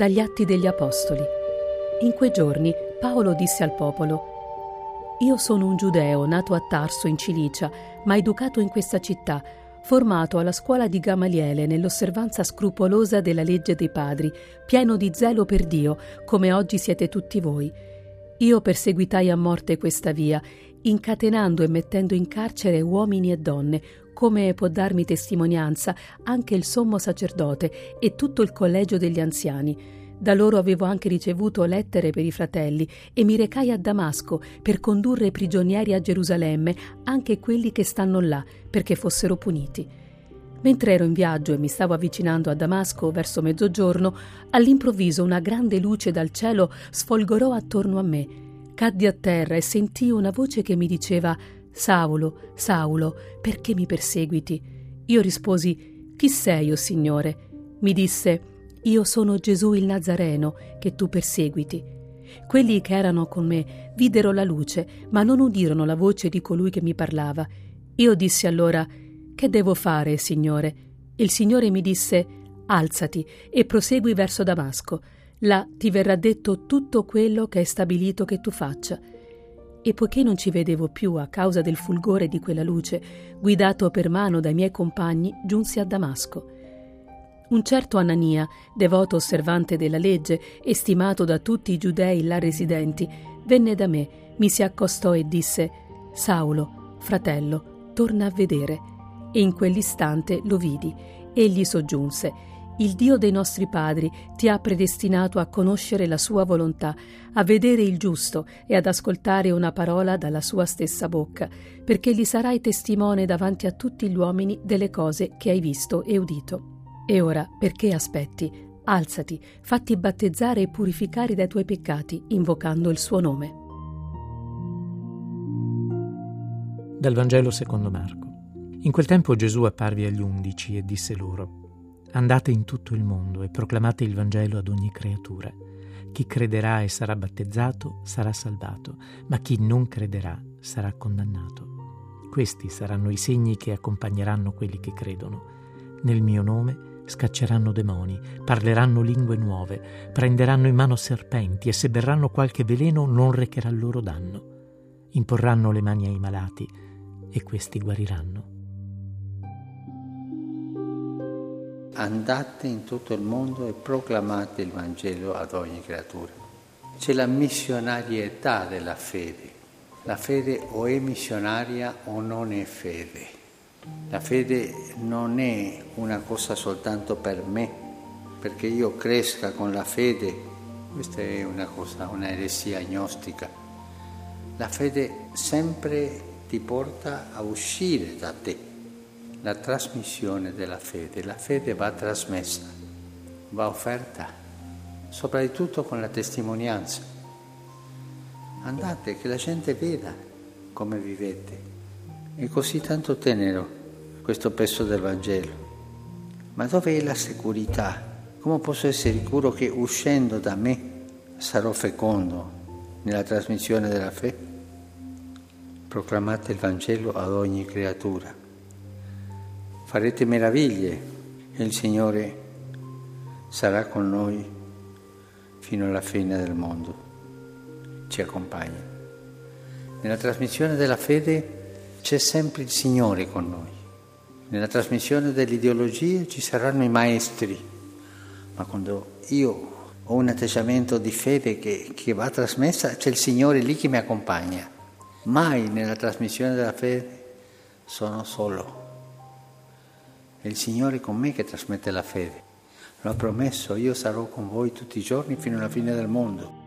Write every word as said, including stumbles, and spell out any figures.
Dagli Atti degli Apostoli. In quei giorni Paolo disse al popolo: «Io sono un giudeo nato a Tarso in Cilicia, ma educato in questa città, formato alla scuola di Gamaliele nell'osservanza scrupolosa della legge dei padri, pieno di zelo per Dio, come oggi siete tutti voi. Io perseguitai a morte questa via, incatenando e mettendo in carcere uomini e donne, come può darmi testimonianza anche il sommo sacerdote e tutto il collegio degli anziani. Da loro avevo anche ricevuto lettere per i fratelli e mi recai a Damasco per condurre prigionieri a Gerusalemme, anche quelli che stanno là, perché fossero puniti. Mentre ero in viaggio e mi stavo avvicinando a Damasco verso mezzogiorno, all'improvviso una grande luce dal cielo sfolgorò attorno a me. Caddi a terra e sentii una voce che mi diceva: «Saulo, Saulo, perché mi perseguiti?» Io risposi: «Chi sei, o Signore?» Mi disse: «Io sono Gesù il Nazareno, che tu perseguiti». Quelli che erano con me videro la luce, ma non udirono la voce di colui che mi parlava. Io dissi allora: «Che devo fare, Signore?» Il Signore mi disse: «Alzati e prosegui verso Damasco. Là ti verrà detto tutto quello che è stabilito che tu faccia». E poiché non ci vedevo più a causa del fulgore di quella luce, guidato per mano dai miei compagni, giunsi a Damasco. Un certo Anania, devoto osservante della legge e stimato da tutti i giudei là residenti, venne da me, mi si accostò e disse: «Saulo, fratello, torna a vedere». E in quell'istante lo vidi. Egli soggiunse: «Il Dio dei nostri padri ti ha predestinato a conoscere la sua volontà, a vedere il giusto e ad ascoltare una parola dalla sua stessa bocca, perché gli sarai testimone davanti a tutti gli uomini delle cose che hai visto e udito. E ora, perché aspetti? Alzati, fatti battezzare e purificare dai tuoi peccati, invocando il suo nome». Dal Vangelo secondo Marco. In quel tempo Gesù apparve agli undici e disse loro: «Andate in tutto il mondo e proclamate il Vangelo ad ogni creatura. Chi crederà e sarà battezzato sarà salvato, ma chi non crederà sarà condannato. Questi saranno i segni che accompagneranno quelli che credono. Nel mio nome scacceranno demoni, parleranno lingue nuove, prenderanno in mano serpenti e se berranno qualche veleno non recherà loro danno. Imporranno le mani ai malati e questi guariranno». Andate in tutto il mondo e proclamate il Vangelo ad ogni creatura. C'è la missionarietà della fede. La fede o è missionaria o non è fede. La fede non è una cosa soltanto per me, perché io cresca con la fede. Questa è una cosa, una eresia gnostica. La fede sempre ti porta a uscire da te. La trasmissione della fede, la fede va trasmessa, va offerta, soprattutto con la testimonianza. Andate, che la gente veda come vivete. È così tanto tenero questo pezzo del Vangelo. Ma dove è la sicurezza? Come posso essere sicuro che uscendo da me sarò fecondo nella trasmissione della fede? Proclamate il Vangelo ad ogni creatura. Farete meraviglie e il Signore sarà con noi fino alla fine del mondo. Ci accompagna. Nella trasmissione della fede c'è sempre il Signore con noi. Nella trasmissione dell'ideologia ci saranno i maestri, ma quando io ho un atteggiamento di fede che, che va trasmessa, c'è il Signore lì che mi accompagna. Mai nella trasmissione della fede sono solo. È il Signore con me che trasmette la fede. Lo ha promesso: io sarò con voi tutti i giorni fino alla fine del mondo.